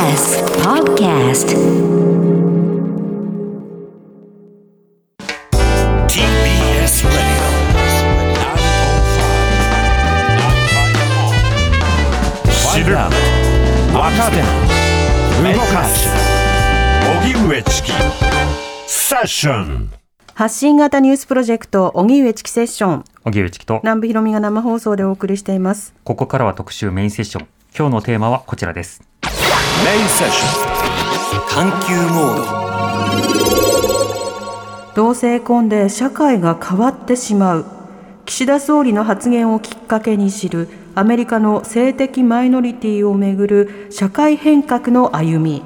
TBS Podcast TBS Radio 905-954知る若手動かす荻上チキセッション。 発信型ニュースプロジェクト荻上チキセッション、 荻上チキと南部ひろみが生放送でお送りしています。 ここからは特集メインセッション。今日のテーマはこちらです。 メインセッション。 探求モード。 同性婚で社会が変わってしまう。岸田総理の発言をきっかけに知るアメリカの性的マイノリティをめぐる社会変革の歩み。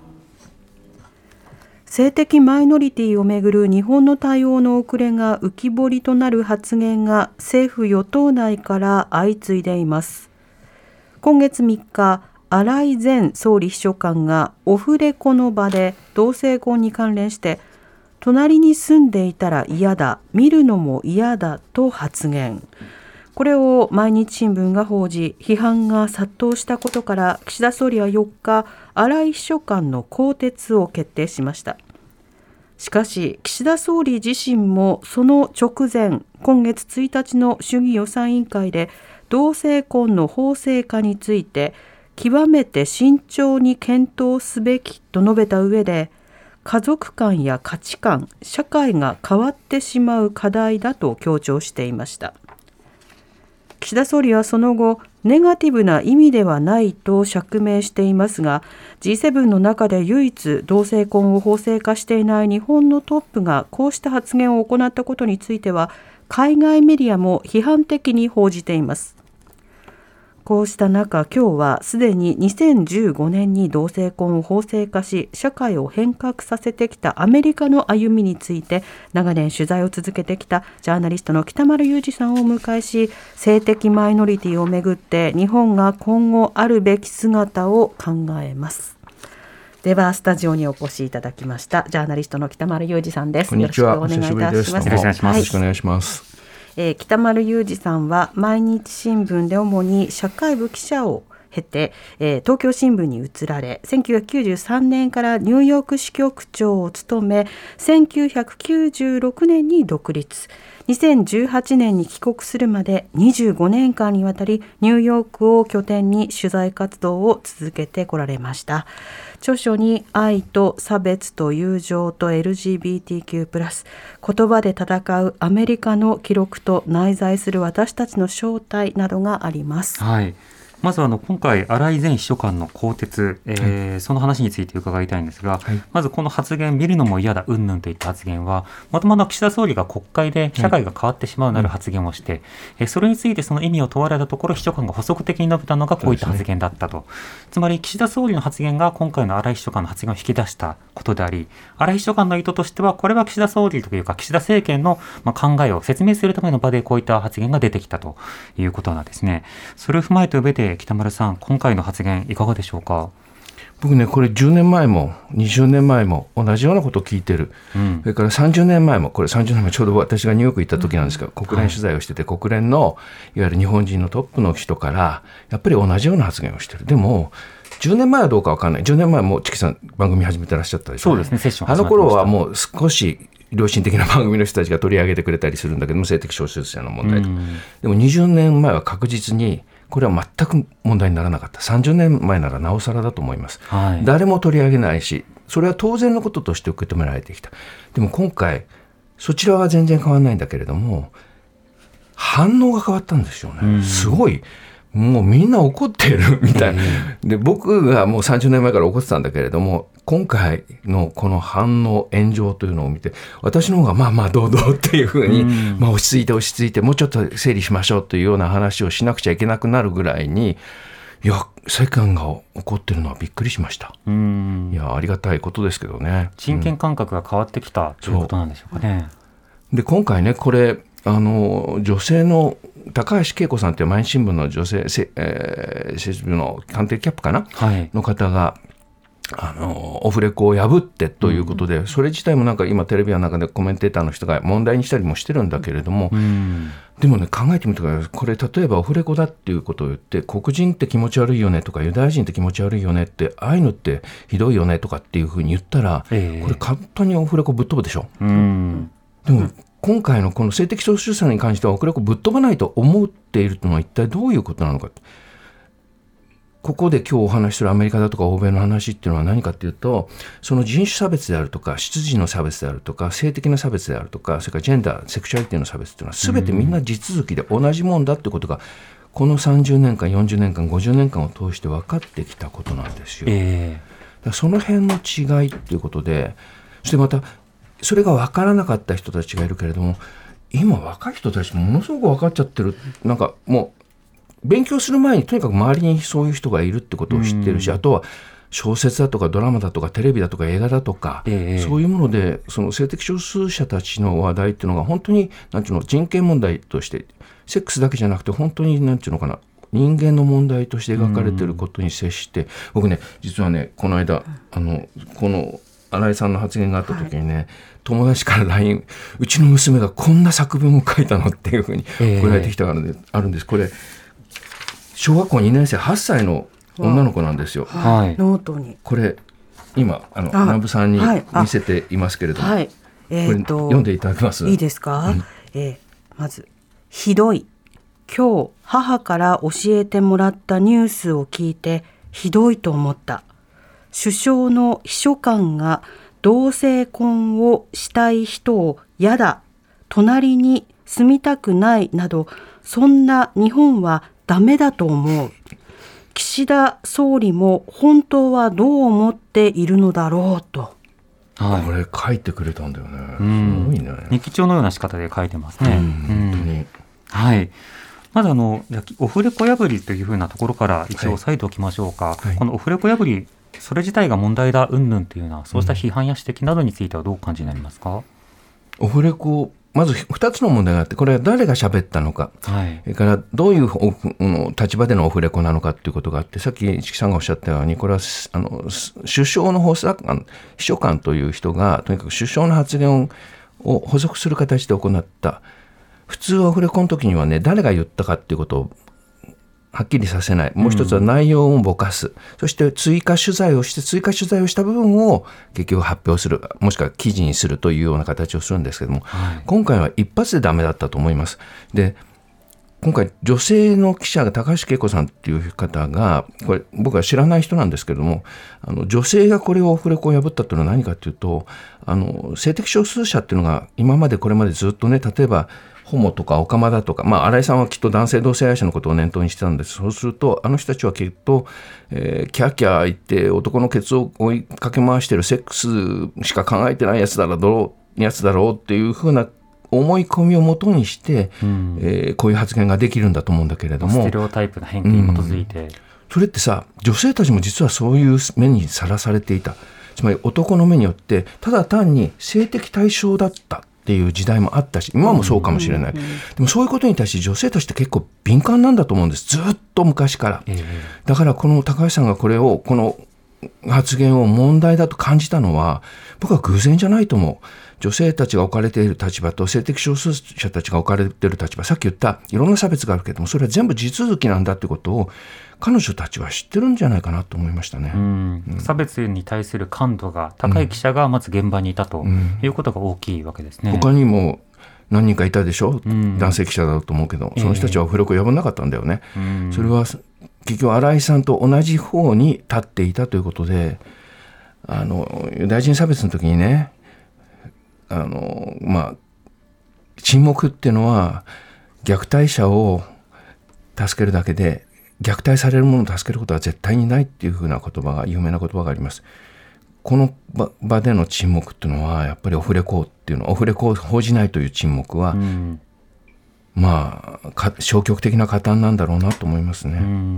性的マイノリティをめぐる日本の対応の遅れが浮き彫りとなる発言が政府与党内から相次いでいます。今月3日、荒井前総理秘書官がオフレコの場で同性婚に関連して、隣に住んでいたら嫌だ、見るのも嫌だと発言。これを毎日新聞が報じ、批判が殺到したことから、岸田総理は4日、荒井秘書官の更迭を決定しました。しかし、岸田総理自身もその直前、今月1日の衆議予算委員会で、同性婚の法制化について、極めて慎重に検討すべきと述べた上で、家族観や価値観、社会が変わってしまう課題だと強調していました。岸田総理はその後、ネガティブな意味ではないと釈明していますが、G7 の中で唯一同性婚を法制化していない日本のトップがこうした発言を行ったことについては、海外メディアも批判的に報じています。こうした中、今日はすでに2015年に同性婚を法制化し、社会を変革させてきたアメリカの歩みについて、長年取材を続けてきたジャーナリストの北丸裕二さんをお迎えし、性的マイノリティをめぐって日本が今後あるべき姿を考えます。ではスタジオにお越しいただきましたジャーナリストの北丸裕二さんです。 こんにちは。 よろしくお願いいたします。 よろしくお願いします。 よろしくお願いします。 北丸裕二さんは毎日新聞で主に社会部記者を経て、東京新聞に移られ、1993年からニューヨーク支局長を務め、1996年に独立、2018年に帰国するまで25年間にわたりニューヨークを拠点に取材活動を続けてこられました。著書に愛と差別と友情と LGBTQ+、言葉で戦うアメリカの記録と内在する私たちの正体などがあります。 はい。まず今回荒井前秘書官の更迭、その話について伺いたいんですが、まずこの発言、見るのも嫌だ云々といった発言は、もともと岸田総理が国会で社会が変わってしまうなる発言をして、それについてその意味を問われたところ、秘書官が補足的に述べたのがこういった発言だったと。つまり岸田総理の発言が今回の荒井秘書官の発言を引き出したことであり、荒井秘書官の意図としては、これは岸田総理というか岸田政権の考えを説明するための場でこういった発言が出てきたということなんですね。それを踏まえた上で北丸さん、今回の発言いかがでしょうか。 僕ね、これ10年前も20年前も同じようなことを聞いてる、それから30年前も、これ30年前ちょうど私がニューヨーク行った時なんですけど、国連取材をしてて、国連のいわゆる日本人のトップの人からやっぱり同じような発言をしてる。でも10年前はどうか分かんない。10年前もチキさん番組始めてらっしゃったでしょ。 そうですね、セッションあの頃はもう少し良心的な番組の人たちが取り上げてくれたりするんだけども、性的少数者の問題とか、でも20年前は確実にこれは全く問題にならなかった。30年前ならなおさらだと思います、誰も取り上げないし、それは当然のこととして受け止められてきた。でも今回そちらは全然変わらないんだけれども、反応が変わったんですよね。すごいもうみんな怒ってるみたいな、で僕がもう30年前から怒ってたんだけれども、今回のこの反応、炎上というのを見て、私の方がまあまあ堂々っていうふうに、落ち着いてもうちょっと整理しましょうというような話をしなくちゃいけなくなるぐらいに、いや世間が怒ってるのはびっくりしました。いやありがたいことですけどね。 人権感覚が変わってきたということなんでしょうかね。 で今回ね、これ女性の高橋恵子さんという毎日新聞の女性、政治部の官邸キャップかな、の方がオフレコを破ってということで、それ自体もなんか今テレビの中でコメンテーターの人が問題にしたりもしてるんだけれども、でもね、考えてみてください。これ例えばオフレコだっていうことを言って、黒人って気持ち悪いよねとかユダヤ人って気持ち悪いよねって、ああいうのってひどいよねとかっていうふうに言ったら、これ簡単にオフレコぶっ飛ぶでしょ。でも今回のこの性的少数者に関してはオフレコぶっ飛ばないと思っているのは一体どういうことなのか。ここで今日お話しするアメリカだとか欧米の話っていうのは何かっていうと、その人種差別であるとか出自の差別であるとか性的な差別であるとか、それからジェンダーセクシュアリティの差別っていうのは全てみんな地続きで同じもんだってことが、この30年間40年間50年間を通して分かってきたことなんですよ。だからその辺の違いっていうことで、そしてまたそれが分からなかった人たちがいるけれども、今若い人たちものすごく分かっちゃってる。なんかもう勉強する前にとにかく周りにそういう人がいるってことを知ってるし、あとは小説だとかドラマだとかテレビだとか映画だとか、そういうものでその性的少数者たちの話題っていうのが本当になんていうの、人権問題としてセックスだけじゃなくて本当になんていうのかな、人間の問題として描かれていることに接して、僕ね、実はね、この間この新井さんの発言があった時にね、友達から LINE、 うちの娘がこんな作文を書いたのっていうふうに送られてきたので、あるんです。これ小学校2年生8歳の女の子なんですよ。 ノートにこれ今南部さんに見せていますけれども、これ読んでいただけます？ いいですか？まず、ひどい。今日母から教えてもらったニュースを聞いてひどいと思った。首相の秘書官が同性婚をしたい人をやだ、隣に住みたくないなど、そんな日本はダメだと思う。岸田総理も本当はどう思っているのだろうと。 これ書いてくれたんだよね。すごいね。 日記帳のような仕方で書いてますね。 本当に。 はい。まずオフレコ破りというふうなところから一応押さえておきましょうか。このオフレコ破り、それ自体が問題だ云々というような、そうした批判や指摘などについてはどうお感じになりますか？ オフレコ、まず2つの問題があって、これは誰が喋ったのか、それからどういう立場でのオフレコなのかということがあって、さっき市木さんがおっしゃったように、これは首相の補佐官、秘書官という人がとにかく首相の発言を補足する形で行った。普通はオフレコの時にはね、誰が言ったかということをはっきりさせない。もう一つは内容をぼかす。そして追加取材をして、追加取材をした部分を結局発表する。もしくは記事にするというような形をするんですけども、今回は一発でダメだったと思います。で、今回女性の記者が高橋恵子さんっていう方が、これ僕は知らない人なんですけども、女性がこれをオフレコを破ったというのは何かというと、性的少数者っていうのが今までこれまでずっとね、例えばホモとかオカマだとか、新井さんはきっと男性同性愛者のことを念頭にしてたんです。そうするとあの人たちはきっと、キャーキャー言って男のケツを追いかけ回してるセックスしか考えてないやつだろうっていうふうな思い込みをもとにして、こういう発言ができるんだと思うんだけれども、 ステレオタイプの偏見に基づいて、 それってさ、女性たちも実はそういう目にさらされていた。つまり男の目によってただ単に性的対象だったっていう時代もあったし、今もそうかもしれない。でもそういうことに対して女性たちって結構敏感なんだと思うんです。ずっと昔から。だからこの高橋さんがこの発言を問題だと感じたのは、僕は偶然じゃないと思う。女性たちが置かれている立場と性的少数者たちが置かれている立場、さっき言ったいろんな差別があるけれども、それは全部地続きなんだということを彼女たちは知ってるんじゃないかなと思いましたね。 差別に対する感度が高い記者がまず現場にいたということが大きいわけですね。 他にも何人かいたでしょ、男性記者だろうと思うけど、その人たちはオフレコを破らなかったんだよね。それは結局新井さんと同じ方に立っていたということで、ユダヤ人差別の時にね、沈黙っていうのは虐待者を助けるだけで、虐待される者を助けることは絶対にないっていうふうな言葉が、有名な言葉があります。この場での沈黙っていうのはやっぱりオフレコっていうの、オフレコを報じないという沈黙は、消極的な加担なんだろうなと思いますね。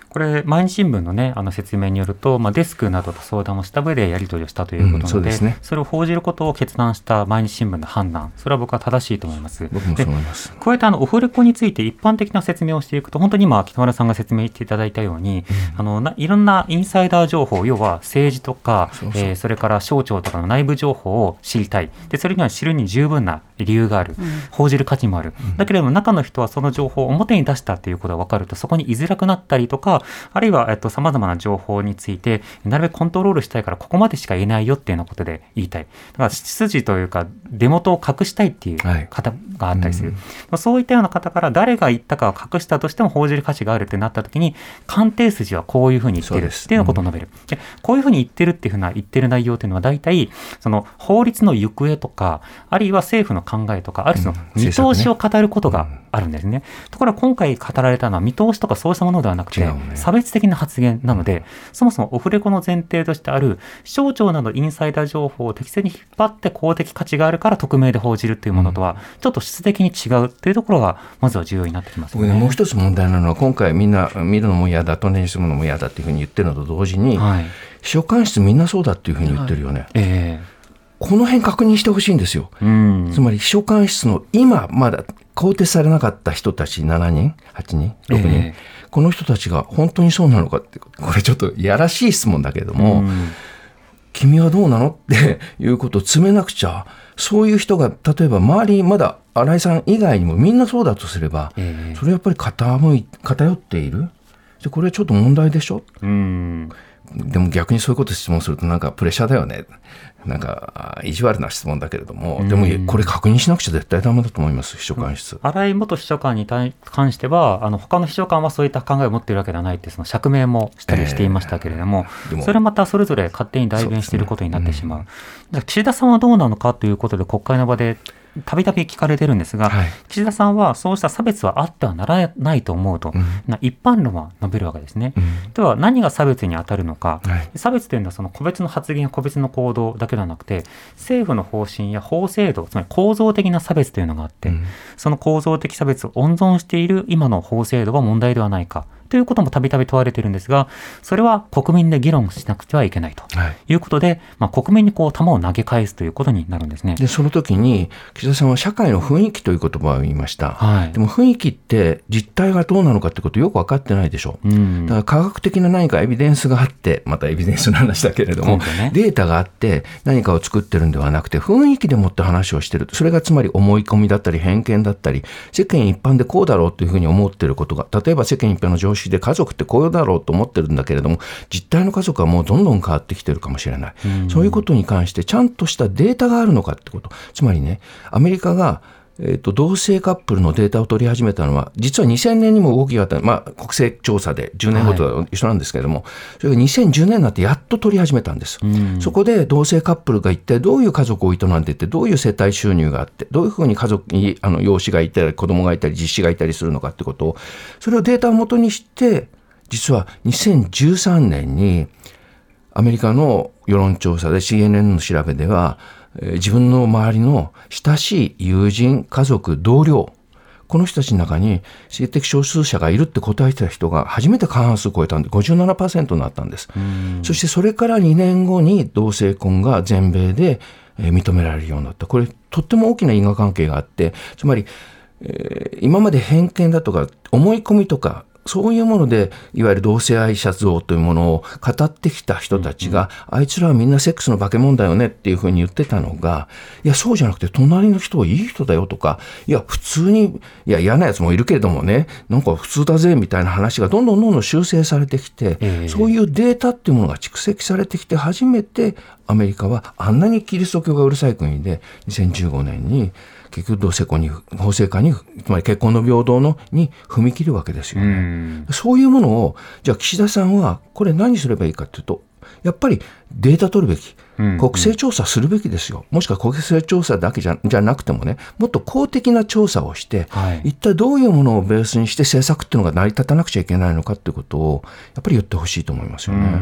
これ毎日新聞のね説明によると、デスクなどと相談をした上でやり取りをしたということなので、それを報じることを決断した毎日新聞の判断、それは僕は正しいと思います。 僕もそう思います。 加えてオフレコについて一般的な説明をしていくと、本当に今北村さんが説明していただいたように、いろんなインサイダー情報、要は政治とかそれから省庁とかの内部情報を知りたい。でそれには知るに十分な理由がある、報じる価値もある。だけれども中の人はその情報を表に出したということが分かると、そこに居づらくなったりとか、あるいはさまざまな情報についてなるべくコントロールしたいからここまでしか言えないよっていうようなことで言いたい。だから出自というか出元を隠したいっていう方があったりする、そういったような方から誰が言ったかを隠したとしても報じる価値があるってなった時に、官邸筋はこういうふうに言ってるっていうようなことを述べる。でこういうふうに言ってるっていうふうな言ってる内容っていうのは大体その法律の行方とか、あるいは政府の考えとか、ある種の見通しを語ることがあるんですね。ところが今回語られたのは見通しとかそうしたものではなくて、差別的な発言なので、そもそもオフレコの前提としてある省庁などインサイダー情報を適正に引っ張って公的価値があるから匿名で報じるというものとはちょっと質的に違うというところがまずは重要になってきますよね。 もう一つ問題なのは、今回みんな見るのも嫌だ、トネにするのも嫌だっていうふうに言ってるのと同時に、秘書官室みんなそうだっていうふうに言ってるよね。この辺確認してほしいんですよ。つまり秘書官室の今まだ更迭されなかった人たち7人8人6人、この人たちが本当にそうなのかって、これちょっとやらしい質問だけれども、君はどうなのっていうことを詰めなくちゃ。そういう人が例えば周りにまだ新井さん以外にもみんなそうだとすれば、それやっぱり偏っている。でこれはちょっと問題でしょ。でも逆にそういうこと質問するとなんかプレッシャーだよね。なんか意地悪な質問だけれども、でもこれ確認しなくちゃ絶対ダメだと思います。秘書官室、 新井元秘書官に関しては他の秘書官はそういった考えを持っているわけではないって、その釈明もしたりしていましたけれども、それはまたそれぞれ勝手に代弁していることになってしまう。じゃあ岸田さんはどうなのかということで国会の場でたびたび聞かれてるんですが、岸田さんはそうした差別はあってはならないと思うと、一般論は述べるわけですね。では何が差別に当たるのか、差別というのはその個別の発言や個別の行動だけではなくて、政府の方針や法制度、つまり構造的な差別というのがあって、その構造的差別を温存している今の法制度は問題ではないかということもたびたび問われているんですが、それは国民で議論しなくてはいけないということで、国民に球を投げ返すということになるんですね。 でその時に岸田さんは社会の雰囲気という言葉を言いました。でも雰囲気って実態がどうなのかってことよく分かってないでしょ。だから科学的な何かエビデンスがあって、またエビデンスの話だけれども、データがあって何かを作ってるんではなくて、雰囲気でもって話をしてる。それがつまり思い込みだったり偏見だったり、世間一般でこうだろうというふうに思ってることが、例えば世間一般の常識で家族ってこうだろうと思ってるんだけれども、実態の家族はもうどんどん変わってきてるかもしれない。そういうことに関してちゃんとしたデータがあるのかってこと。つまりね、アメリカが同性カップルのデータを取り始めたのは、実は2000年にも動きがあった、国勢調査で10年ごと一緒なんですけれども、それが2010年になってやっと取り始めたんです。そこで同性カップルが一体どういう家族を営んでいて、どういう世帯収入があって、どういうふうに家族に養子がいたり子供がいたり実子がいたりするのかってことを、それをデータを元にして、実は2013年にアメリカの世論調査で CNN の調べでは、自分の周りの親しい友人、家族、同僚、この人たちの中に性的少数者がいるって答えてた人が初めて過半数を超えたんで 57% になったんです。そしてそれから2年後に同性婚が全米で認められるようになった。これとっても大きな因果関係があって、つまり、今まで偏見だとか思い込みとかそういうものでいわゆる同性愛者像というものを語ってきた人たちが、あいつらはみんなセックスの化け物だよねっていうふうに言ってたのが、いやそうじゃなくて隣の人はいい人だよとか、いや普通に嫌なやつもいるけれどもね、なんか普通だぜみたいな話がどんどん修正されてきて、そういうデータっていうものが蓄積されてきて、初めてアメリカはあんなにキリスト教がうるさい国で2015年に結局同性婚に法制化に、つまり結婚の平等に踏み切るわけですよね。そういうものをじゃあ岸田さんはこれ何すればいいかというと、やっぱりデータ取るべき、国勢調査するべきですよ。もしくは国勢調査だけじゃなくてもね、もっと公的な調査をして、一体どういうものをベースにして政策っていうのが成り立たなくちゃいけないのかっていうことをやっぱり言ってほしいと思いますよね。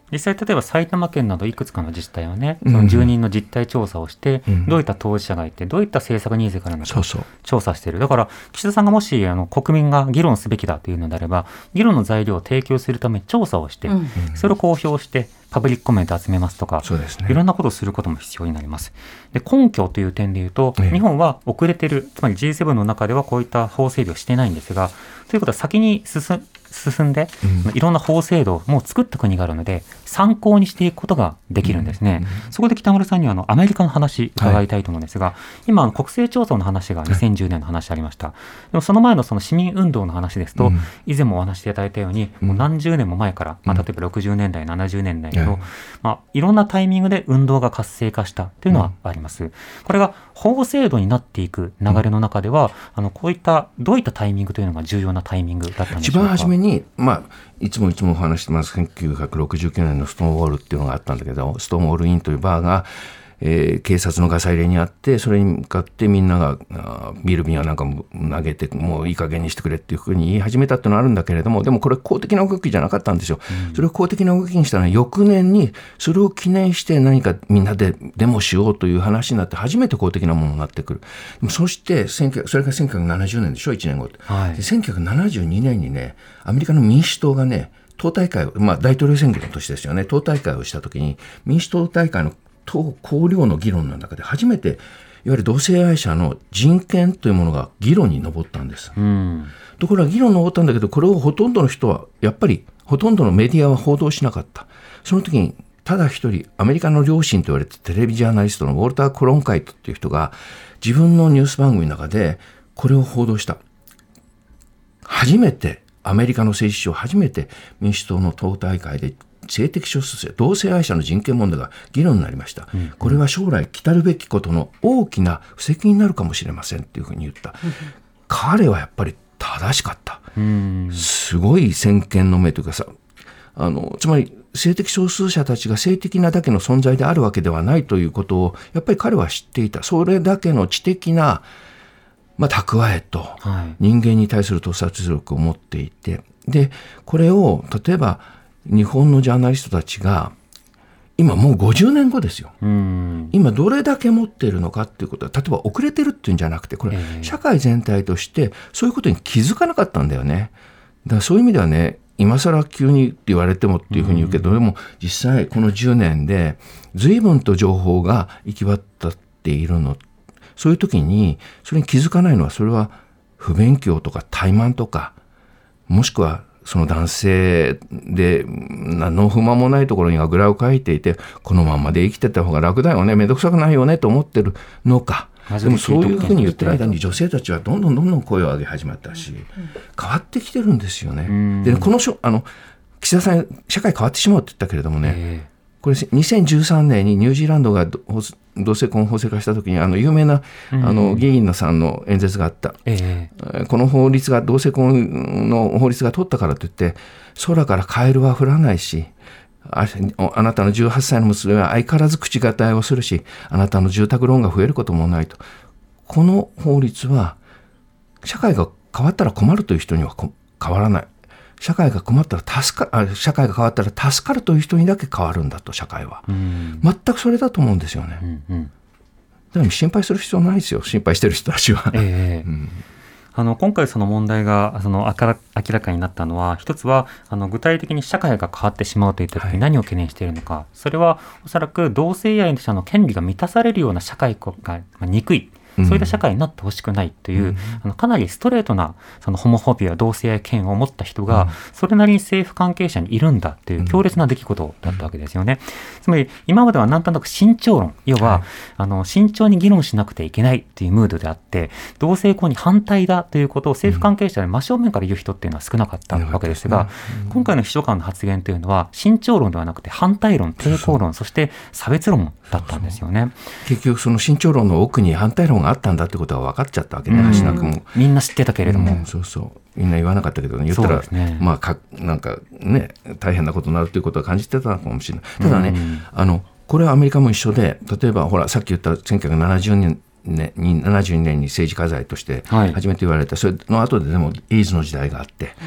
実際例えば埼玉県などいくつかの自治体はね、その住人の実態調査をして、どういった当事者がいてどういった政策ニーズがあるのか調査している。だから岸田さんがもし国民が議論すべきだというのであれば、議論の材料を提供するために調査をして、それを公表してパブリックコメントを集めますとか、いろんなことをすることも必要になります。で、根拠という点でいうと、日本は遅れている、つまり G7 の中ではこういった法整備をしていないんですが、ということは先に進んで、いろんな法制度をもう作った国があるので参考にしていくことができるんですね。そこで北村さんにはアメリカの話伺いたいと思うんですが、今国勢調査の話が2010年の話ありました。でもその前のその市民運動の話ですと、以前もお話しいただいたように、もう何十年も前から、例えば60年代70年代と、いろんなタイミングで運動が活性化したというのはあります。これが法制度になっていく流れの中では、こういったどういったタイミングというのが重要なタイミングだったんでしょうか。 一番初めに、いつもお話してます、1969年のストーンウォールっていうのがあったんだけど、ストーンウォールインというバーが、警察のガサ入れにあって、それに向かってみんながビール瓶やなんか投げて、もういい加減にしてくれっていうふうに言い始めたっていうのはあるんだけれども、でもこれ公的な動きじゃなかったんですよ。それを公的な動きにしたのは翌年にそれを記念して何かみんなでデモしようという話になって初めて公的なものになってくる。そしてそれが1970年でしょ、1年後、で1972年にね、アメリカの民主党がね、党大会を、大統領選挙の年ですよね、党大会をしたときに民主党大会の党綱領の議論の中で初めていわゆる同性愛者の人権というものが議論に上ったんです。ところが議論に上ったんだけど、これをほとんどの人はやっぱりほとんどのメディアは報道しなかった。その時にただ一人アメリカの良心と言われてテレビジャーナリストのウォルター・クロンカイトっていう人が自分のニュース番組の中でこれを報道した。初めてアメリカの政治史上初めて民主党の党大会で性的少数者、同性愛者の人権問題が議論になりました。これは将来来たるべきことの大きな布石になるかもしれませんっていうふうに言った。彼はやっぱり正しかった。すごい先見の目というかさ、つまり性的少数者たちが性的なだけの存在であるわけではないということをやっぱり彼は知っていた。それだけの知的な蓄えと人間に対する洞察力を持っていて、でこれを例えば日本のジャーナリストたちが今もう50年後ですよ。今どれだけ持っているのかっていうことは、例えば遅れてるっていうんじゃなくて、これ社会全体としてそういうことに気づかなかったんだよね。だからそういう意味ではね、今更急にって言われてもっていうふうに言うけど、でも実際この10年で随分と情報が行き渡っているの。そういう時にそれに気づかないのは、それは不勉強とか怠慢とか、もしくはその男性で何の不満もないところにあぐらをかいていて、このままで生きてた方が楽だよね、めんどくさくないよねと思ってるのか。でもそういうふうに言ってる間に女性たちはどんどん声を上げ始まったし、変わってきてるんですよね。でこの岸田さん、社会変わってしまうって言ったけれどもね、これ2013年にニュージーランドが同性婚法制化したときに有名な議員さんの演説があった。この法律が、同性婚の法律が通ったからといって空からカエルは降らないし、あなたの18歳の娘は相変わらず口がたいをするし、あなたの住宅ローンが増えることもないと。この法律は社会が変わったら困るという人には変わらない。社会が変わったら助かるという人にだけ変わるんだと、社会は。全くそれだと思うんですよね。だから心配する必要ないですよ、心配してる人たちは。 今回その問題が明らかになったのは、一つは具体的に社会が変わってしまうといった時に何を懸念しているのか、それはおそらく同性愛者の権利が満たされるような社会が憎い、そういった社会になってほしくないという、かなりストレートなそのホモフォビア、同性愛権を持った人がそれなりに政府関係者にいるんだという強烈な出来事だったわけですよね。つまり今まではなんとなく慎重論、要は慎重に議論しなくてはいけないというムードであって、同性婚に反対だということを政府関係者で真正面から言う人っていうのは少なかったわけですが、今回の秘書官の発言というのは慎重論ではなくて反対論、抵抗論、そして差別論だったんですよね。 結局その慎重論の奥に反対論があったんだってことが分かっちゃったわけね。橋中もみんな知ってたけれども、 みんな言わなかったけどね、言ったら、なんかね、大変なことになるということは感じてたのかもしれない。ただね、これはアメリカも一緒で、例えばほらさっき言った1972年に政治家罪として初めて言われた、それの後ででもエイズの時代があって、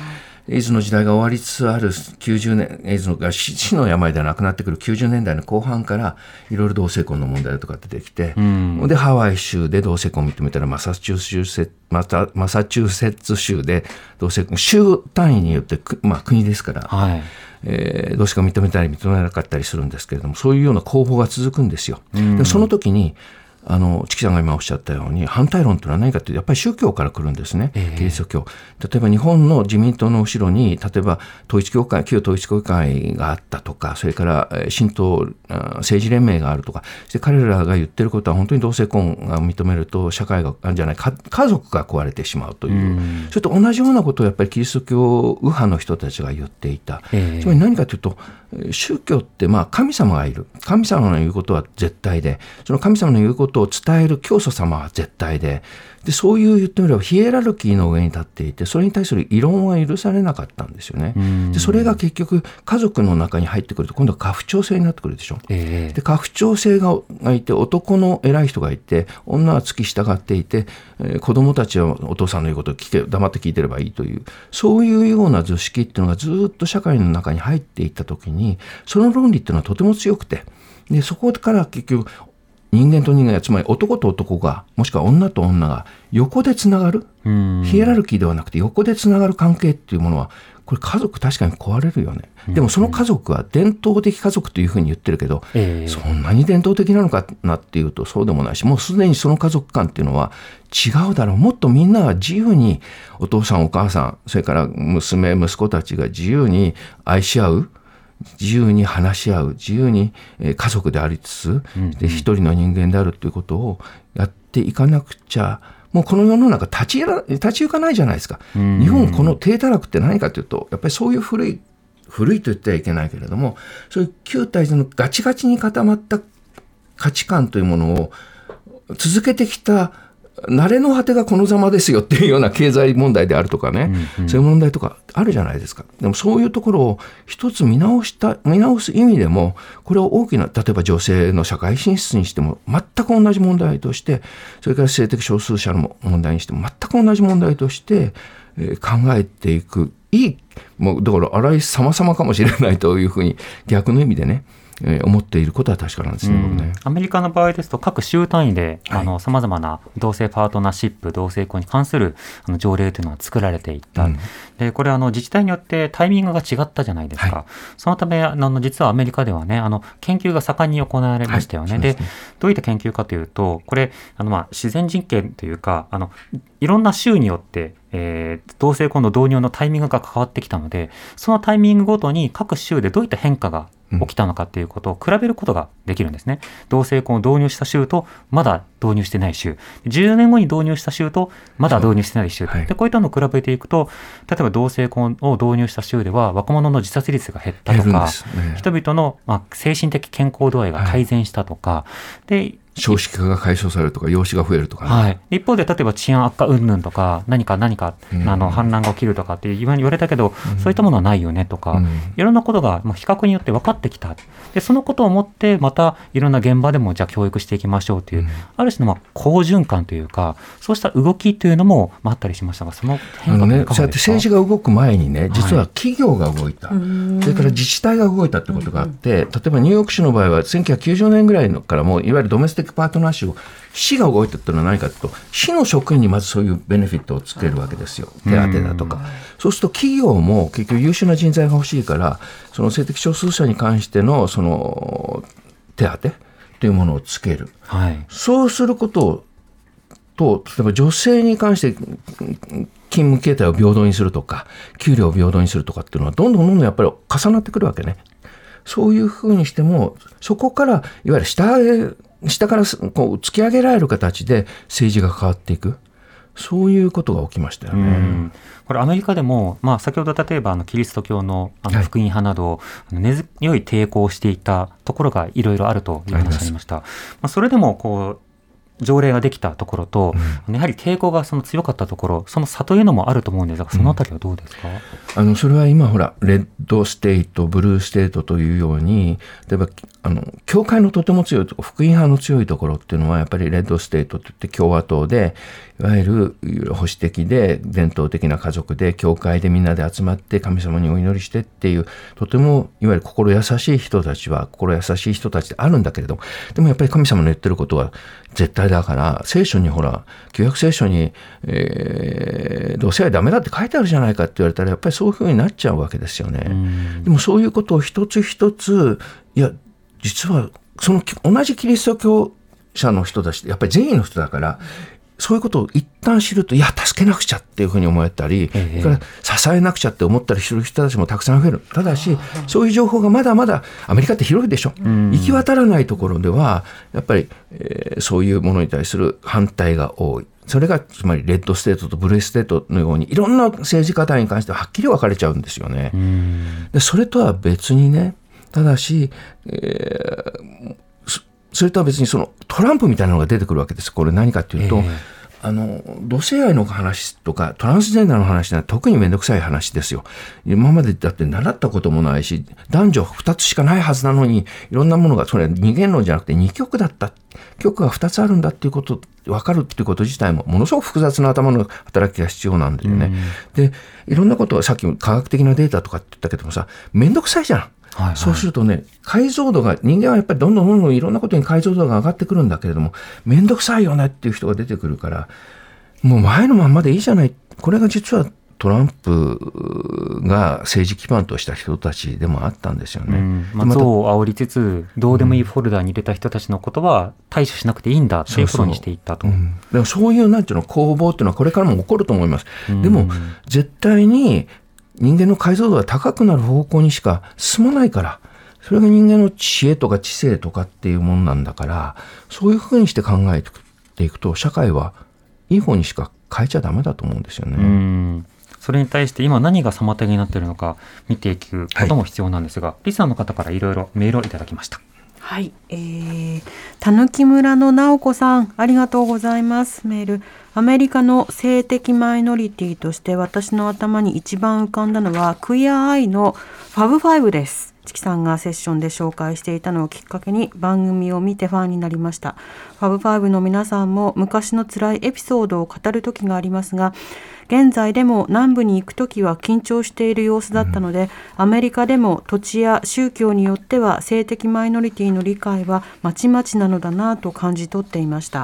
エイズの時代が終わりつつある90年、エイズが死の病ではなくなってくる90年代の後半からいろいろ同性婚の問題とか出てきて、でハワイ州で同性婚を認めたらマサチューセッツ州で同性婚、州単位によって、国ですから、同性婚を認めたり認めなかったりするんですけれども、そういうような攻防が続くんですよ。でその時にチキさんが今おっしゃったように反対論というのは何かというと、やっぱり宗教から来るんですね。キリスト教。例えば日本の自民党の後ろに例えば旧統一教会があったとか、それから新党政治連盟があるとか、そして彼らが言ってることは本当に同性婚が認めると社会が家族が壊れてしまうという、それと同じようなことをやっぱりキリスト教右派の人たちが言っていた。つまり何かというと、宗教って神様がいる、神様の言うことは絶対で、その神様の言うことを伝える教祖様は絶対で、そういう言ってみればヒエラルキーの上に立っていて、それに対する異論は許されなかったんですよね。でそれが結局家族の中に入ってくると今度は家父長制になってくるでしょ。で家父長制がいて、男の偉い人がいて、女は付き従っていて、子供たちはお父さんの言うことを黙って聞いてればいいという、そういうような図式っていうのがずっと社会の中に入っていった時に、その論理っていうのはとても強くて、でそこから結局人間と人間が、つまり男と男が、もしくは女と女が横でつながる、ヒエラルキーではなくて横でつながる関係っていうものは、これ家族確かに壊れるよね。でもその家族は伝統的家族というふうに言ってるけど、そんなに伝統的なのかなっていうとそうでもないし、もうすでにその家族観っていうのは違うだろう。もっとみんなは自由にお父さんお母さん、それから娘息子たちが自由に愛し合う、自由に話し合う、自由に家族でありつつ、で一人の人間であるということをやっていかなくちゃ、もうこの世の中立ち行かないじゃないですか。日本この低たらくって何かというと、やっぱりそういう古いと言ってはいけないけれども、そういう旧体制のガチガチに固まった価値観というものを続けてきた慣れの果てがこのざまですよっていうような経済問題であるとかね、そういう問題とかあるじゃないですか。でもそういうところを一つ見直す意味でも、これを大きな、例えば女性の社会進出にしても全く同じ問題として、それから性的少数者の問題にしても全く同じ問題として考えていく、もうだから荒井様々かもしれないというふうに逆の意味でね、思っていることは確かなんですね、僕ね。 アメリカの場合ですと各州単位でさまざまな同性パートナーシップ、同性婚に関する条例というのは作られていった、でこれ自治体によってタイミングが違ったじゃないですか、そのため実はアメリカではね研究が盛んに行われましたよね。でどういった研究かというと、これ自然人権というかいろんな州によって同性婚の導入のタイミングが変わってきたので、そのタイミングごとに各州でどういった変化が起きたのかということを比べることができるんですね。同性婚を導入した州とまだ導入してない州、10年後に導入した州とまだ導入してない州、でこういったのを比べていくと、例えば同性婚を導入した州では若者の自殺率が減ったとか、人々の精神的健康度合いが改善したとか、で少子化が解消されるとか、養子が増えるとか、ね、 一方で例えば治安悪化云々とか何か反乱が起きるとかって言われたけど、そういったものはないよねとか、いろんなことが比較によって分かってきた。でそのことをもってまたいろんな現場でもじゃあ教育していきましょうという、ある種の好循環というか、そうした動きというのもあったりしましたが、その変化はいかがですか？ そうやって政治が動く前にね、実は企業が動いた、それから自治体が動いたってことがあって、例えばニューヨーク市の場合は1990年ぐらいからもういわゆるドメスティックパートナーシを市が動いたっていうのは何かというと、市の職員にまずそういうベネフィットをつけるわけですよ。手当だとか。そうすると企業も結局優秀な人材が欲しいから、その性的少数者に関してのその手当というものをつける、そうすることと、例えば女性に関して勤務形態を平等にするとか、給料を平等にするとかっていうのはどんどんやっぱり重なってくるわけね。そういうふうにしても、そこからいわゆる下からこう突き上げられる形で政治が変わっていく、そういうことが起きましたよね。 これアメリカでも、先ほど例えばキリスト教の福音派など、根強い抵抗をしていたところがいろいろあるという話がありました。それでも条例ができたところと、やはり抵抗がその強かったところ、その差というのもあると思うんですが、そのあたりはどうですか？ それは今ほらレッドステートブルーステートというように、例えば教会のとても強いところ、福音派の強いところっていうのはやっぱりレッドステートといって共和党で、いわゆる保守的で伝統的な家族で教会でみんなで集まって神様にお祈りしてっていう、とてもいわゆる心優しい人たちは心優しい人たちであるんだけれども、でもやっぱり神様の言ってることは絶対だから、聖書にほら旧約聖書に、同性愛ダメだって書いてあるじゃないかって言われたら、やっぱりそういうふうになっちゃうわけですよね。でもそういうことを一つ一つ、いや実はその同じキリスト教者の人たちってやっぱり善意の人だから、そういうことを一旦知ると、いや助けなくちゃっていうふうに思えたり、それから支えなくちゃって思ったりする人たちもたくさん増える。ただしそういう情報がまだまだアメリカって広いでしょ。行き渡らないところではやっぱり、そういうものに対する反対が多い。それがつまりレッドステートとブルーステートのようにいろんな政治家に関してははっきり分かれちゃうんですよね。でそれとは別にね、ただし、それとは別にそのトランプみたいなのが出てくるわけです。これ何かというと、同性愛の話とかトランスジェンダーの話は特にめんどくさい話ですよ。今までだって習ったこともないし、男女2つしかないはずなのに、いろんなものが、それは二元論じゃなくて二極だった、極が2つあるんだっていうこと分かるっていうこと自体もものすごく複雑な頭の働きが必要なんだよね。でいろんなことはさっき科学的なデータとかって言ったけどもさ、めんどくさいじゃん。はいはい、そうするとね、解像度が、人間はやっぱりどんどんいろんなことに解像度が上がってくるんだけれども、めんどくさいよねっていう人が出てくるから、もう前のまんまでいいじゃない。これが実はトランプが政治基盤とした人たちでもあったんですよね。 憎悪を煽りつつ、どうでもいいフォルダに入れた人たちのことは対処しなくていいんだっていうことにしていったと。 でもそういうなんていうの攻防っていうのはこれからも起こると思います。でも絶対に人間の解像度が高くなる方向にしか進まないから、それが人間の知恵とか知性とかっていうものなんだから、そういうふうにして考えていくと社会はいい方にしか変えちゃダメだと思うんですよね。 それに対して今何が妨げになっているのか見ていくことも必要なんですが、リスナーの方からいろいろメールをいただきました。 はい、たぬき村の直子さん、ありがとうございます。メール、アメリカの性的マイノリティとして私の頭に一番浮かんだのはクイアアイのファブファイブです。チキさんがセッションで紹介していたのをきっかけに番組を見てファンになりました。ファブファイブの皆さんも昔の辛いエピソードを語る時がありますが、現在でも南部に行くときは緊張している様子だったので、アメリカでも土地や宗教によっては性的マイノリティの理解はまちまちなのだなと感じ取っていました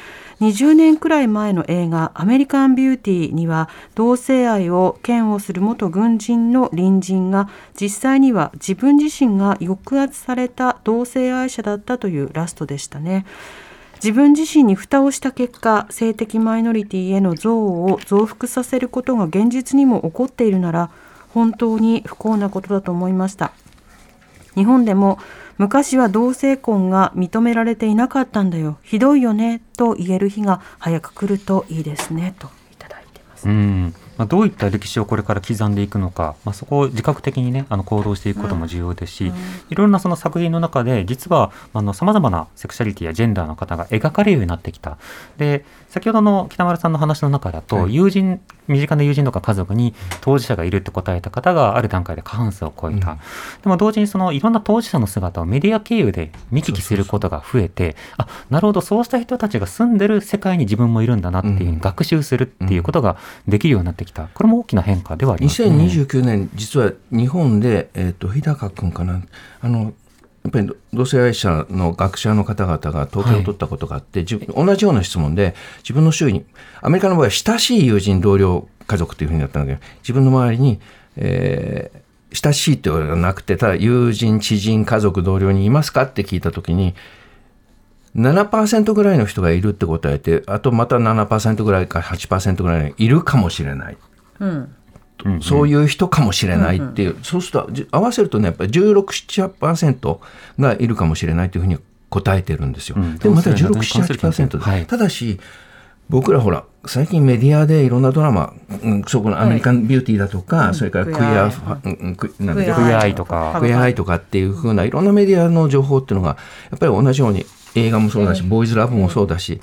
。20年くらい前の映画アメリカンビューティーには同性愛を嫌悪する元軍人の隣人が実際には自分自身が抑圧された同性愛者だったというラストでしたね。自分自身に蓋をした結果、性的マイノリティへの憎悪を増幅させることが現実にも起こっているなら本当に不幸なことだと思いました。日本でも昔は同性婚が認められていなかったんだよ、ひどいよねと言える日が早く来るといいですねといただいてます。 どういった歴史をこれから刻んでいくのか、そこを自覚的にね行動していくことも重要ですし、いろんなその作品の中で実はさまざまなセクシャリティやジェンダーの方が描かれるようになってきた。で先ほどの北丸さんの話の中だと、身近な友人とか家族に当事者がいるって答えた方がある段階で過半数を超えた。でも同時にそのいろんな当事者の姿をメディア経由で見聞きすることが増えて、なるほど、そうした人たちが住んでる世界に自分もいるんだなっていうふうに学習するっていうことができるようになってきた。これも大きな変化ではありますね。 2029年実は日本で、日高君かな、やっぱり同性愛者の学者の方々が統計を取ったことがあって、同じような質問で自分の周囲に、アメリカの場合は親しい友人同僚家族というふうになったんだけど、自分の周りに、親しいというのではなくて、ただ友人知人家族同僚にいますかって聞いたときに 7% ぐらいの人がいるって答えて、あとまた 7% ぐらいか 8% ぐらいいるかもしれない、そういう人かもしれないっていう、そうすると合わせるとね、やっぱり 16-17% がいるかもしれないというふうに答えてるんですよ。でもまた 16-17% で、ただし僕らほら最近メディアでいろんなドラマ、そこのアメリカンビューティーだとか、それからクイアアイとかっていう風ないろんなメディアの情報っていうのがやっぱり同じように映画もそうだし、ボーイズラブもそうだし、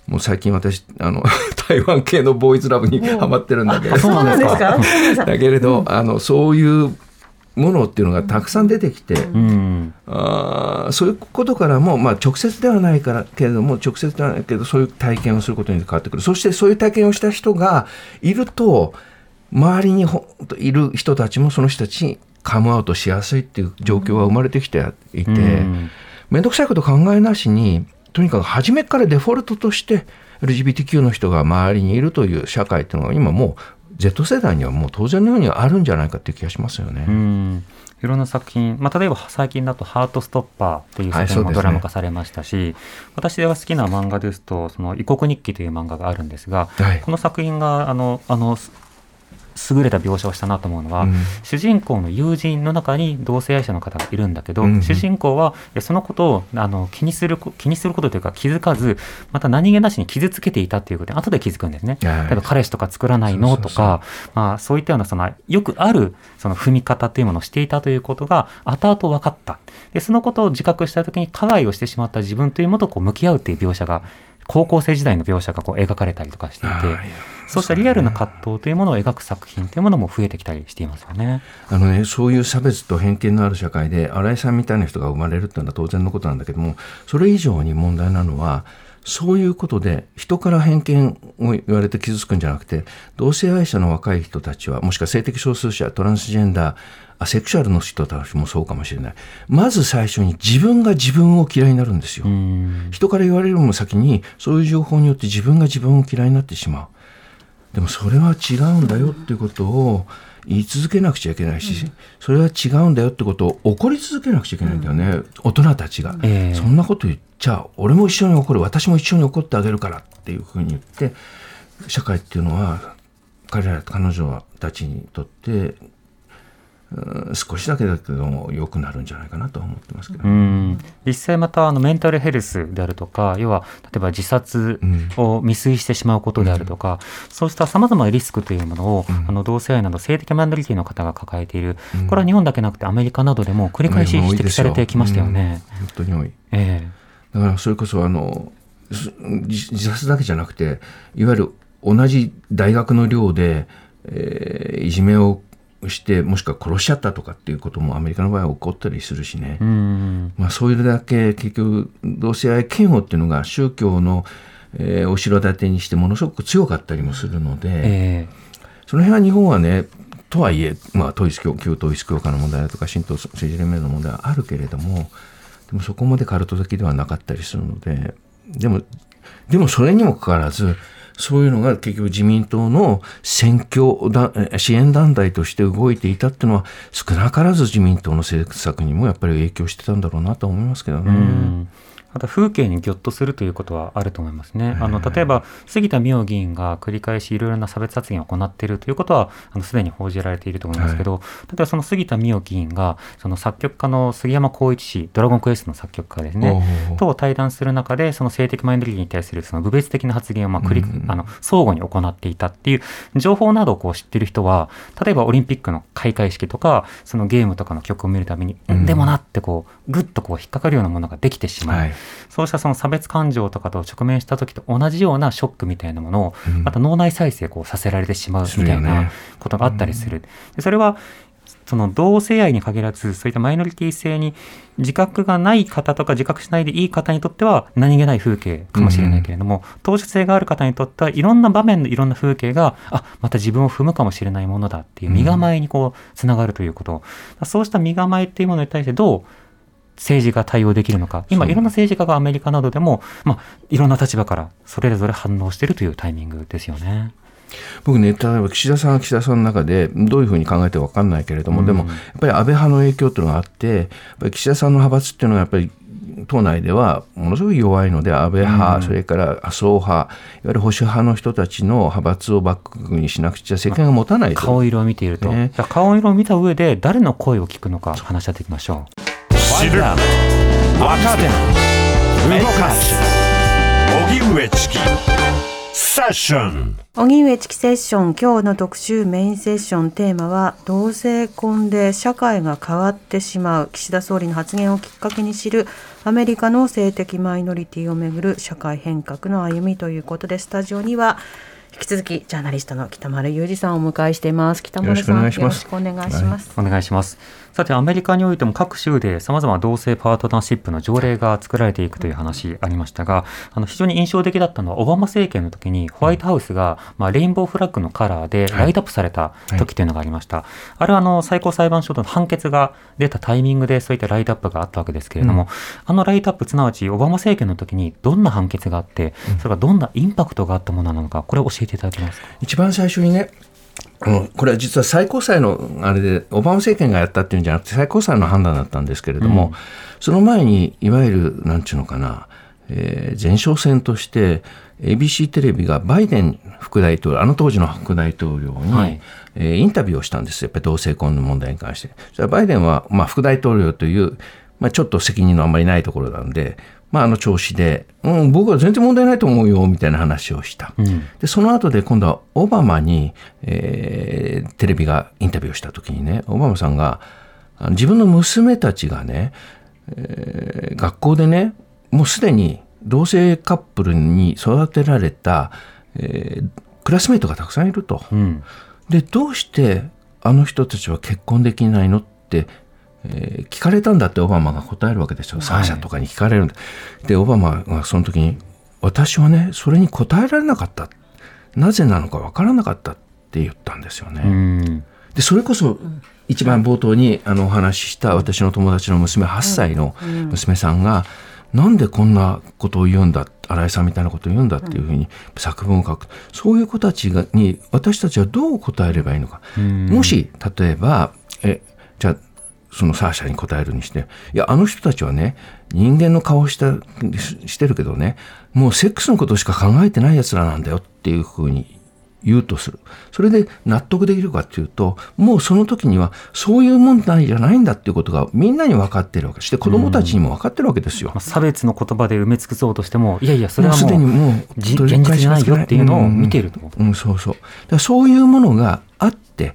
もう最近私台湾系のボーイズラブにハマってるんだけど、 そうなんですかだけれど、そういうものっていうのがたくさん出てきて、そういうことからも、直接ではないからけれども、直接ではないけどそういう体験をすることに変わってくる。そしてそういう体験をした人がいると、周りにいる人たちもその人たちにカムアウトしやすいっていう状況が生まれてきていて、めんどくさいこと考えなしに、とにかく初めからデフォルトとして LGBTQ の人が周りにいるという社会っていうのが今もうZ 世代にはもう当然のようにあるんじゃないかっていう気がしますよね。 いろんな作品、例えば最近だとハートストッパーっていう作品もドラマ化されましたし、私が好きな漫画ですとその異国日記という漫画があるんですが、この作品が優れた描写をしたなと思うのは、主人公の友人の中に同性愛者の方がいるんだけど、主人公はそのことを気にすることというか気づかず、また何気なしに傷つけていたということで後で気づくんですね。例えば彼氏とか作らないのとか、そういったようなよくあるその踏み方というものをしていたということが後々分かった。でそのことを自覚した時に加害をしてしまった自分というものと向き合うという描写が、高校生時代の描写が描かれたりとかしていて、そうしたリアルな葛藤というものを描く作品というものも増えてきたりしていますよね。 そういう差別と偏見のある社会で新井さんみたいな人が生まれるっていうのは当然のことなんだけども、それ以上に問題なのは、そういうことで人から偏見を言われて傷つくんじゃなくて、同性愛者の若い人たちは、もしくは性的少数者、トランスジェンダー、アセクシュアルの人たちもそうかもしれない。まず最初に自分が自分を嫌いになるんですよ。人から言われるのも先に、そういう情報によって自分が自分を嫌いになってしまう。でもそれは違うんだよっていうことを言い続けなくちゃいけないし、それは違うんだよってことを怒り続けなくちゃいけないんだよね、大人たちが。そんなこと言っちゃ俺も一緒に怒る、私も一緒に怒ってあげるからっていうふうに言って、社会っていうのは彼女たちにとって少しだけだけども良くなるんじゃないかなと思ってますけど、 実際またメンタルヘルスであるとか、要は例えば自殺を未遂してしまうことであるとか、そうしたさまざまなリスクというものを、同性愛など性的マイノリティの方が抱えている、これは日本だけなくてアメリカなどでも繰り返し指摘されてきましたよね。 本当に多い、だからそれこそ自殺だけじゃなくて、いわゆる同じ大学の寮で、いじめをしてもしくは殺しちゃったとかっていうこともアメリカの場合は起こったりするしね、そういうだけ結局同性愛嫌悪っていうのが宗教の、後ろ盾にしてものすごく強かったりもするので、その辺は日本はね、とはいえ、旧統一教会の問題だとか神道政治連盟の問題はあるけれども、でもそこまでカルト的ではなかったりするので、でもそれにもかかわらず、そういうのが結局自民党の選挙支援団体として動いていたっていうのは、少なからず自民党の政策にもやっぱり影響してたんだろうなと思いますけどね。 また風景にギョッとするということはあると思いますね。例えば杉田水脈議員が繰り返しいろいろな差別発言を行っているということはすでに報じられていると思いますけど、例えばその杉田水脈議員がその作曲家の杉山浩一氏、ドラゴンクエストの作曲家ですねと対談する中で、その性的マイノリティに対するその侮蔑的な発言を相互に行っていたっていう情報などを知っている人は、例えばオリンピックの開会式とかそのゲームとかの曲を見るたびに、でもなってグッと引っかかるようなものができてしまう、そうしたその差別感情とかと直面した時と同じようなショックみたいなものを、また脳内再生させられてしまうみたいなことがあったりする。でそれはその同性愛に限らず、そういったマイノリティ性に自覚がない方とか自覚しないでいい方にとっては何気ない風景かもしれないけれども、当事性がある方にとってはいろんな場面のいろんな風景がまた自分を踏むかもしれないものだっていう身構えにつながるということ、そうした身構えっていうものに対してどう政治が対応できるのか。今いろんな政治家がアメリカなどでも、いろんな立場からそれぞれ反応しているというタイミングですよね。 僕ね、例えば岸田さんは岸田さんの中でどういうふうに考えて分かんないけれども、でもやっぱり安倍派の影響というのがあって、やっぱり岸田さんの派閥っていうのはやっぱり党内ではものすごい弱いので、安倍派、それから麻生派、いわゆる保守派の人たちの派閥をバックにしなくちゃ政権が持たないと。 顔色を見ていると、顔色を見た上で誰の声を聞くのか話し合っていきましょう。 知る、若手、動かす、荻上チキセッション。 荻上チキセッション、今日の特集メインセッション、テーマは同性婚で社会が変わってしまう、岸田総理の発言をきっかけに知るアメリカの性的マイノリティをめぐる社会変革の歩みということで、スタジオには引き続きジャーナリストの北丸裕二さんをお迎えしています。北丸さん、よろしくお願いします。 お願いします。さて、アメリカにおいても各州でさまざま同性パートナーシップの条例が作られていくという話ありましたが、非常に印象的だったのはオバマ政権の時にホワイトハウスが、レインボーフラッグのカラーでライトアップされた時というのがありました。あれは最高裁判所の判決が出たタイミングでそういったライトアップがあったわけですけれども、ライトアップ、すなわちオバマ政権の時にどんな判決があって、それがどんなインパクトがあったものなのか、これを教えていただけますか。 一番最初にね、これは実は最高裁のあれでオバマ政権がやったっていうんじゃなくて最高裁の判断だったんですけれども、その前にいわゆるなんちゅうのかな、前哨戦として ABC テレビがバイデン副大統領、当時の副大統領に、インタビューをしたんですよ。やっぱり同性婚の問題に関して。じゃあバイデンは、副大統領という、ちょっと責任のあんまりないところなんで、調子で、僕は全然問題ないと思うよみたいな話をした。でその後で今度はオバマに、テレビがインタビューをした時にね、オバマさんが自分の娘たちがね、学校でね、もうすでに同性カップルに育てられた、クラスメートがたくさんいると。でどうしてあの人たちは結婚できないのって聞かれたんだってオバマが答えるわけですよ。サーシャとかに聞かれるんだ。でオバマがその時に、私はねそれに答えられなかった、なぜなのか分からなかったって言ったんですよね。でそれこそ一番冒頭にお話しした私の友達の娘、8歳の娘さんが、なんでこんなことを言うんだ、新井さんみたいなことを言うんだっていうふうに作文を書く。そういう子たちに私たちはどう答えればいいのか。もし例えばじゃあそのサーシャに答えるにして、いやあの人たちはね人間の顔してるけどね、もうセックスのことしか考えてないやつらなんだよっていうふうに言うとする。それで納得できるかっていうと、もうその時にはそういう問題じゃないんだっていうことがみんなに分かってるわけ。して子どもたちにも分かってるわけですよ。 差別の言葉で埋め尽くそうとしても、いやいやそれはもうすでにもう現実じゃないよっていうのを見ていると。 そうそう。だからそういうものがあって、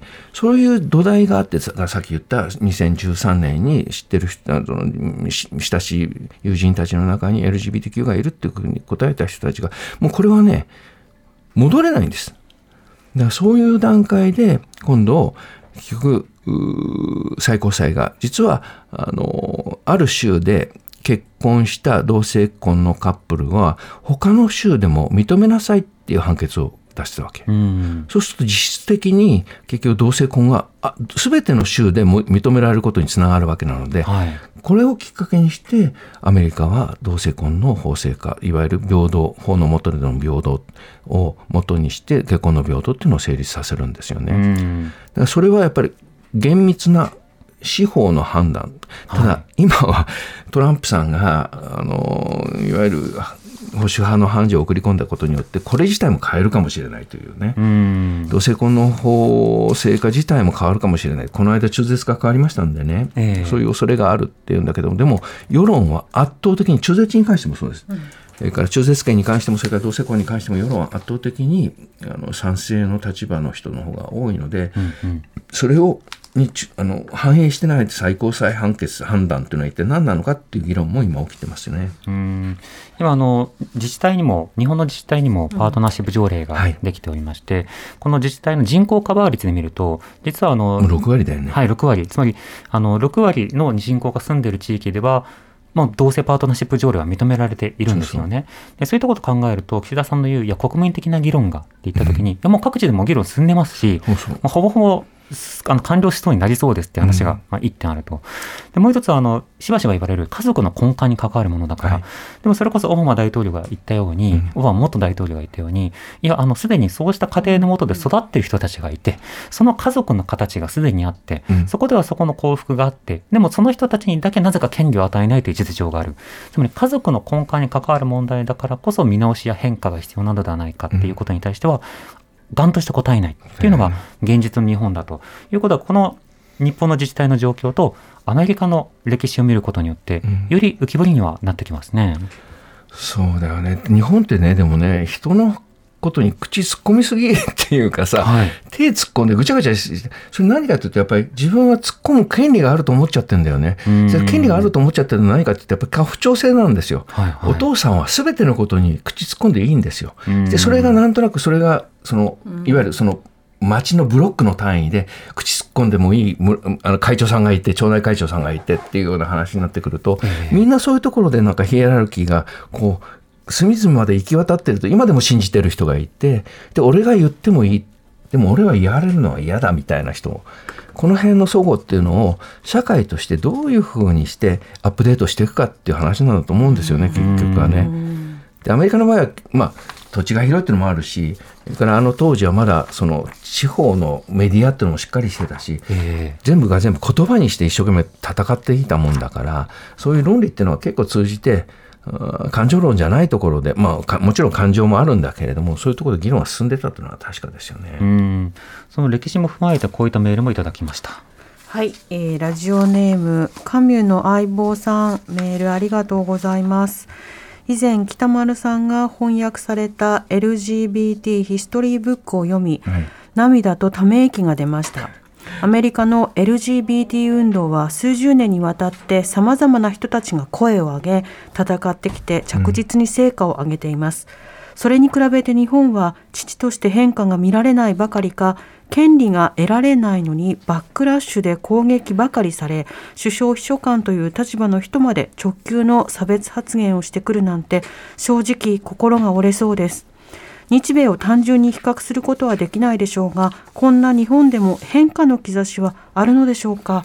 そういう土台があって、さっき言った2013年に知ってる人、親しい友人たちの中に LGBTQ がいるっていうふうに答えた人たちが、もうこれはね戻れないんです。だからそういう段階で今度結局最高裁が実はある州で結婚した同性婚のカップルは他の州でも認めなさいっていう判決を出したわけ。そうすると実質的に結局同性婚が全ての州でも認められることにつながるわけなので、これをきっかけにしてアメリカは同性婚の法制化、いわゆる平等、法の下での平等を元にして結婚の平等っていうのを成立させるんですよね。だからそれはやっぱり厳密な司法の判断。ただ今はトランプさんがいわゆる保守派の判事を送り込んだことによってこれ自体も変えるかもしれないというね。同性婚の法制化自体も変わるかもしれない。この間中絶が変わりましたんでね、そういう恐れがあるっていうんだけども、でも世論は圧倒的に中絶に関してもそうです。それから中絶権に関してもそれから同性婚に関しても世論は圧倒的に賛成の立場の人の方が多いので、それを反映してない最高裁判断というのは一体何なのかっていう議論も今起きてますよね。 今自治体にも、日本の自治体にもパートナーシップ条例ができておりまして、この自治体の人口カバー率で見ると実は 6割だよね。 6割、つまり6割の人口が住んでいる地域ではもう同性パートナーシップ条例は認められているんですよね。そういったことを考えると、岸田さんの言う、いや国民的な議論がって言ったときに、いやもう各地でも議論進んでますし、ほぼほぼ完了しそうになりそうですって話が一点あると。でもう一つはしばしば言われる家族の根幹に関わるものだから、でもそれこそオバマ大統領が言ったように、オバマ元大統領が言ったように、いやすでにそうした家庭の下で育っている人たちがいて、その家族の形がすでにあって、そこではそこの幸福があって、でもその人たちにだけなぜか権利を与えないという実情がある。つまり家族の根幹に関わる問題だからこそ見直しや変化が必要なのではないかっていうことに対しては、ガンとして答えないっていうのが現実の日本だということは、この日本の自治体の状況とアメリカの歴史を見ることによってより浮き彫りにはなってきますね。 そうだよね。日本ってね、でもね、人のことに口突っ込みすぎっていうかさ、 はい、 手突っ込んでぐちゃぐちゃして、それ何かというとやっぱり自分は突っ込む権利があると思っちゃってるんだよね。それ権利があると思っちゃってるのは何かって言ってやっぱり過不調性なんですよ、はいはい、お父さんは全てのことに口突っ込んでいいんですよ。でそれがなんとなくそれがいわゆるその町のブロックの単位で口突っ込んでもいい会長さんがいて町内会長さんがいてっていうような話になってくると、みんなそういうところでなんかヒエラルキーがこう隅々まで行き渡ってると今でも信じてる人がいて、で俺が言ってもいい、でも俺は言われるのは嫌だみたいな人、この辺の齟齬っていうのを社会としてどういうふうにしてアップデートしていくかっていう話なんだと思うんですよね、結局はね。でアメリカの場合は、土地が広いっていうのもあるし、それから当時はまだその地方のメディアっていうのもしっかりしてたし、全部が全部言葉にして一生懸命戦っていたもんだから、そういう論理っていうのは結構通じて、感情論じゃないところで、もちろん感情もあるんだけれども、そういうところで議論が進んでたというのは確かですよね。 その歴史も踏まえてこういったメールもいただきました。 はい、ラジオネームカミュの相棒さん、メールありがとうございます。以前北丸さんが翻訳された LGBT ヒストリーブックを読み、涙とため息が出ました。アメリカの LGBT 運動は数十年にわたってさまざまな人たちが声を上げ戦ってきて着実に成果を上げています。それに比べて日本は父として変化が見られないばかりか、権利が得られないのにバックラッシュで攻撃ばかりされ、首相秘書官という立場の人まで直球の差別発言をしてくるなんて、正直心が折れそうです。日米を単純に比較することはできないでしょうが、こんな日本でも変化の兆しはあるのでしょうか。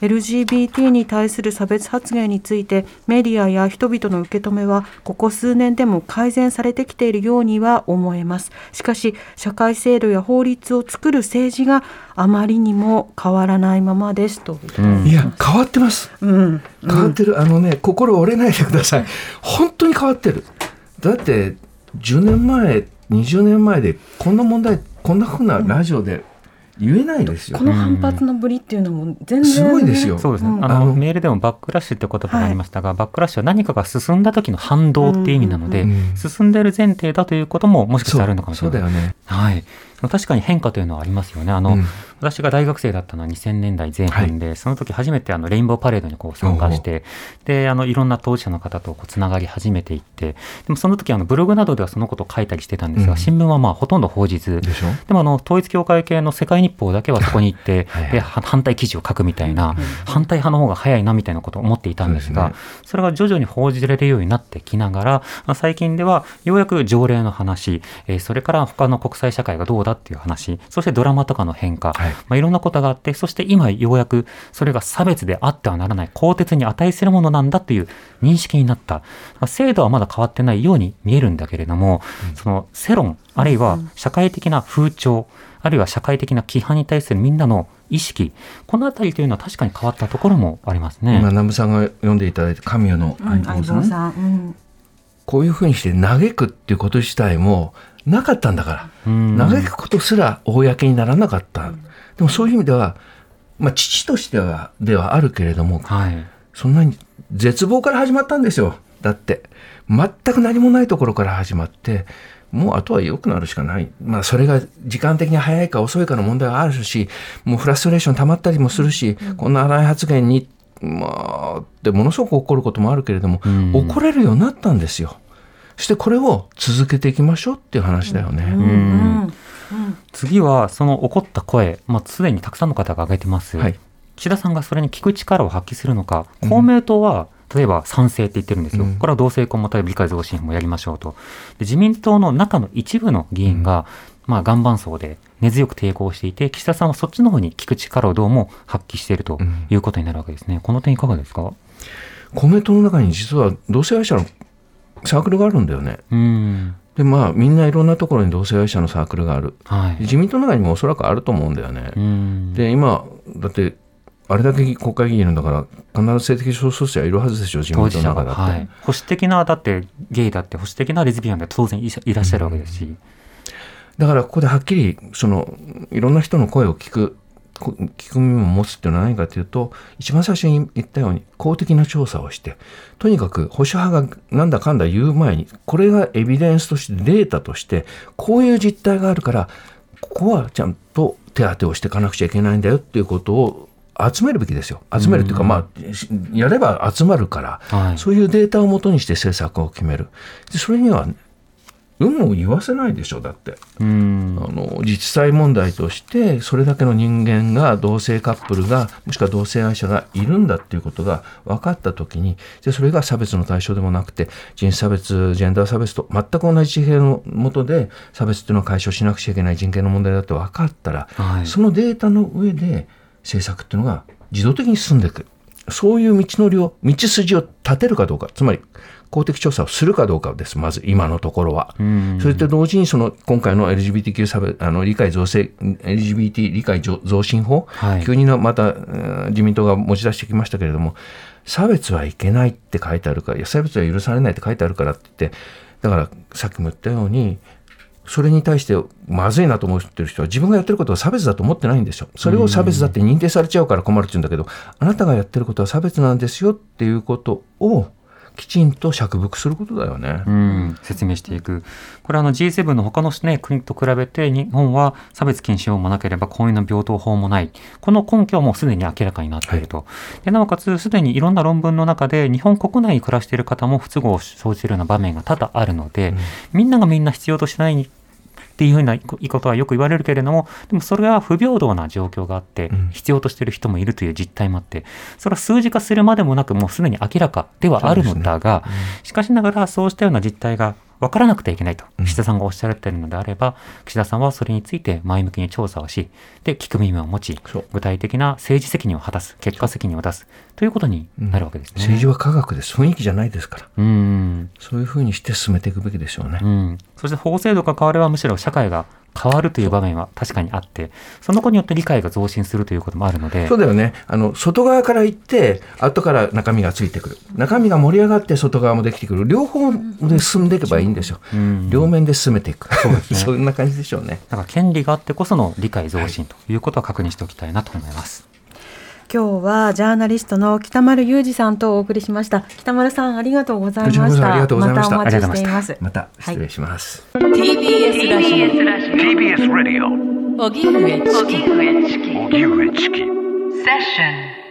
LGBT に対する差別発言についてメディアや人々の受け止めはここ数年でも改善されてきているようには思えます。しかし社会制度や法律を作る政治があまりにも変わらないままですと。 いや変わってます、変わってる。心折れないでください。本当に変わってる。だって10年前20年前でこんな問題こんな風なラジオで言えないですよ。 この反発のぶりっていうのも全然、 すごいですよ。 そうですね。メールでもバックラッシュって言葉がありましたが、バックラッシュは何かが進んだ時の反動っていう意味なので、進んでいる前提だということももしかしたらあるのかもしれない。 そうだよね。 はい。確かに変化というのはありますよね。私が大学生だったのは2000年代前半で、その時初めてレインボーパレードに参加して、でいろんな当事者の方とつながり始めていって、でもその時ブログなどではそのことを書いたりしてたんですが、新聞はほとんど報じず、でも統一教会系の世界日報だけはそこに行ってで反対記事を書くみたいな、反対派の方が早いなみたいなことを思っていたんですが、それが徐々に報じられるようになってきながら、最近ではようやく条例の話、それから他の国際社会がどうだっていう話、そしてドラマとかの変化、いろんなことがあって、そして今ようやくそれが差別であってはならない、更迭に値するものなんだという認識になった。制度はまだ変わってないように見えるんだけれども、その世論あるいは社会的な風潮、あるいは社会的な規範に対するみんなの意識、このあたりというのは確かに変わったところもありますね。 今南部さんが読んでいただいた神代の相棒さん、こういうふうにして嘆くっていうこと自体もなかったんだから、嘆くことすら公にならなかった。でもそういう意味では、父としてはではあるけれども、そんなに絶望から始まったんですよ。だって全く何もないところから始まって、もうあとは良くなるしかない。それが時間的に早いか遅いかの問題はあるし、もうフラストレーション溜まったりもするし、こんな荒い発言にでものすごく怒ることもあるけれども、怒れるようになったんですよ。そしてこれを続けていきましょうっていう話だよね。 次はその怒った声、すでにたくさんの方が挙げてます、岸田さんがそれに聞く力を発揮するのか。公明党は例えば賛成って言ってるんですよ。これは同性婚も例えば理解増進もやりましょうと。で自民党の中の一部の議員が、岩盤層で根強く抵抗していて、岸田さんはそっちの方に聞く力をどうも発揮しているということになるわけですね。この点いかがですか。 公明党の中に実は同性愛者のサークルがあるんだよね。でみんないろんなところに同性愛者のサークルがある、自民党の中にもおそらくあると思うんだよね。で今だってあれだけ国会議員いるんだから必ず性的少数者はいるはずでしょ、自民党の中だって、 保守的なだってゲイだって保守的なレズビアンだって当然いらっしゃるわけですし、 だからここではっきりいろんな人の声を聞く聞く耳も持つっていうのは何かというと、一番最初に言ったように公的な調査をして、とにかく保守派がなんだかんだ言う前に、これがエビデンスとしてデータとしてこういう実態があるから、ここはちゃんと手当てをしていかなくちゃいけないんだよっていうことを集めるべきですよ。集めるというか、やれば集まるから、はい、そういうデータをもとにして政策を決める。でそれには有無を言わせないでしょ。だって実際問題としてそれだけの人間が、同性カップルがもしくは同性愛者がいるんだっていうことが分かったときに、でそれが差別の対象でもなくて、人種差別、ジェンダー差別と全く同じ地平の下で差別っていうのを解消しなくちゃいけない人権の問題だって分かったら、はい、そのデータの上で政策っていうのが自動的に進んでいく。そういう道筋を立てるかどうか、つまり公的調査をするかどうかです。まず今のところは。それと同時に今回の LGBTQ 差別LGBT 理解増進法、はい、急にまた自民党が持ち出してきましたけれども、差別はいけないって書いてあるから、差別は許されないって書いてあるからって言って、だからさっきも言ったように、それに対してまずいなと思ってる人は自分がやってることは差別だと思ってないんですよ。それを差別だって認定されちゃうから困るって言うんだけど、あなたがやってることは差別なんですよっていうことをきちんと釈伏することだよね。 説明していく。これG7 の他の、国と比べて日本は差別禁止法もなければ婚姻の平等法もない。この根拠はもうすでに明らかになっていると。でなおかつすでにいろんな論文の中で日本国内に暮らしている方も不都合を生じているような場面が多々あるので、みんながみんな必要としないっていうふうなことはよく言われるけれども、でもそれは不平等な状況があって、必要としている人もいるという実態もあって、それは数字化するまでもなくもうすでに明らかではあるのだが、しかしながらそうしたような実態が分からなくてはいけないと岸田さんがおっしゃられているのであれば、岸田さんはそれについて前向きに調査をし、で聞く耳を持ち、具体的な政治責任を果たす、結果責任を出すということになるわけですね。 政治は科学です。雰囲気じゃないですから。そういうふうにして進めていくべきでしょうね。 そして法制度が変わればむしろ社会が変わるという場面は確かにあって、その子によって理解が増進するということもあるので。 そうだよね。外側から行って後から中身がついてくる、中身が盛り上がって外側もできてくる、両方で進んでいけばいいんですよ。両面で進めていく。そうですね。そんな感じでしょうね。 だから権利があってこその理解増進ということは確認しておきたいなと思います。 今日はジャーナリストの北丸裕二さんとお送りしました。北丸さんありがとうございました。 ありがとうございました。 またお待ちしています。 また失礼します。 TBS ラジオ TBS ラジオ荻上チキセッション